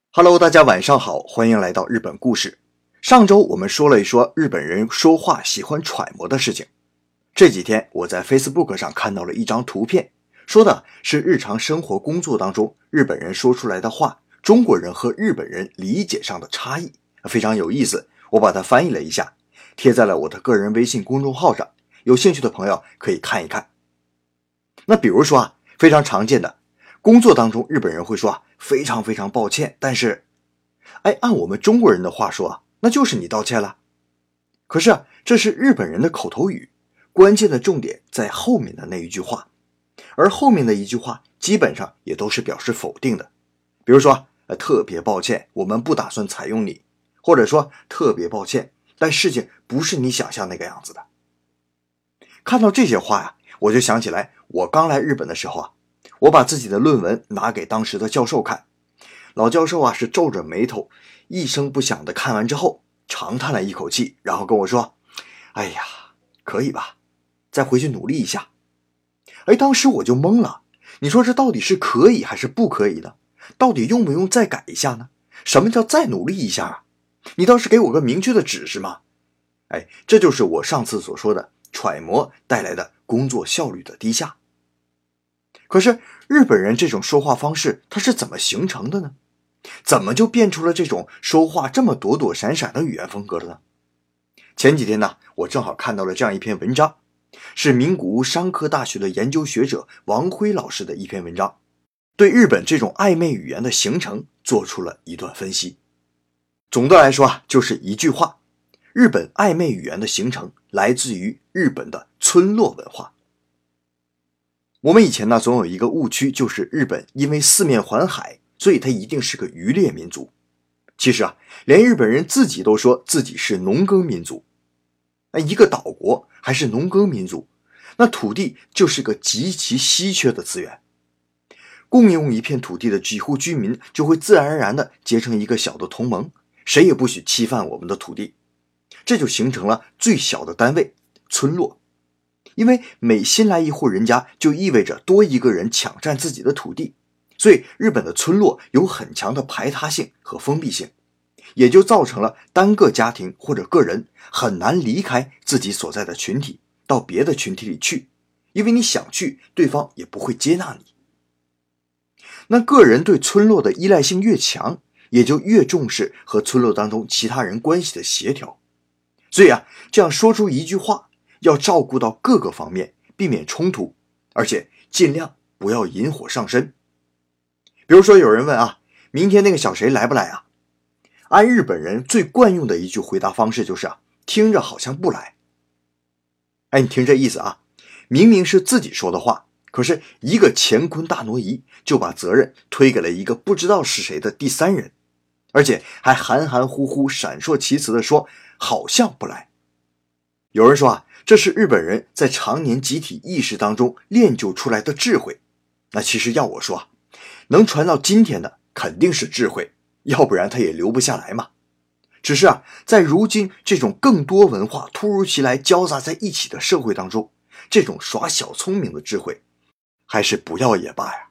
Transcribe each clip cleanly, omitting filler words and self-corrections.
Hello， 大家晚上好，欢迎来到日本故事。上周我们说了一说日本人说话喜欢揣摩的事情。这几天我在 Facebook 上看到了一张图片，说的是日常生活工作当中日本人说出来的话，中国人和日本人理解上的差异，非常有意思。我把它翻译了一下，贴在了我的个人微信公众号上，有兴趣的朋友可以看一看。那比如说非常常见的工作当中，日本人会说非常非常抱歉，但是按我们中国人的话说那就是你道歉了。可是这是日本人的口头语，关键的重点在后面的那一句话，而后面的一句话基本上也都是表示否定的。比如说特别抱歉，我们不打算采用你，或者说特别抱歉，但事情不是你想象那个样子的。看到这些话我就想起来我刚来日本的时候我把自己的论文拿给当时的教授看，老教授是皱着眉头一声不响的看完之后长叹了一口气，然后跟我说，哎呀，可以吧，再回去努力一下。当时我就懵了，你说这到底是可以还是不可以呢？到底用不用再改一下呢？什么叫再努力一下你倒是给我个明确的指示嘛。这就是我上次所说的揣摩带来的工作效率的低下。可是日本人这种说话方式它是怎么形成的呢？怎么就变出了这种说话这么躲躲闪闪的语言风格的呢？前几天我正好看到了这样一篇文章，是名古屋商科大学的研究学者王辉老师的一篇文章，对日本这种暧昧语言的形成做出了一段分析。总的来说就是一句话，日本暧昧语言的形成来自于日本的村落文化。我们以前总有一个误区，就是日本因为四面环海，所以它一定是个渔猎民族。其实连日本人自己都说自己是农耕民族。一个岛国还是农耕民族，那土地就是个极其稀缺的资源。共用一片土地的几户居民就会自然而然地结成一个小的同盟，谁也不许侵犯我们的土地。这就形成了最小的单位村落。因为每新来一户人家就意味着多一个人抢占自己的土地，所以日本的村落有很强的排他性和封闭性，也就造成了单个家庭或者个人很难离开自己所在的群体到别的群体里去，因为你想去对方也不会接纳你。那个人对村落的依赖性越强，也就越重视和村落当中其他人关系的协调。所以这样说出一句话要照顾到各个方面，避免冲突，而且尽量不要引火上身。比如说有人问明天那个小谁来不来按日本人最惯用的一句回答方式就是听着好像不来。你听这意思明明是自己说的话，可是一个乾坤大挪移就把责任推给了一个不知道是谁的第三人，而且还含含糊糊闪烁其词的说好像不来。有人说这是日本人在常年集体意识当中练就出来的智慧。那其实要我说能传到今天的肯定是智慧，要不然它也留不下来嘛。只是在如今这种更多文化突如其来交杂在一起的社会当中，这种耍小聪明的智慧还是不要也罢呀。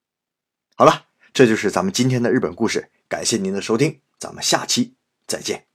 好了，这就是咱们今天的日本故事，感谢您的收听，咱们下期再见。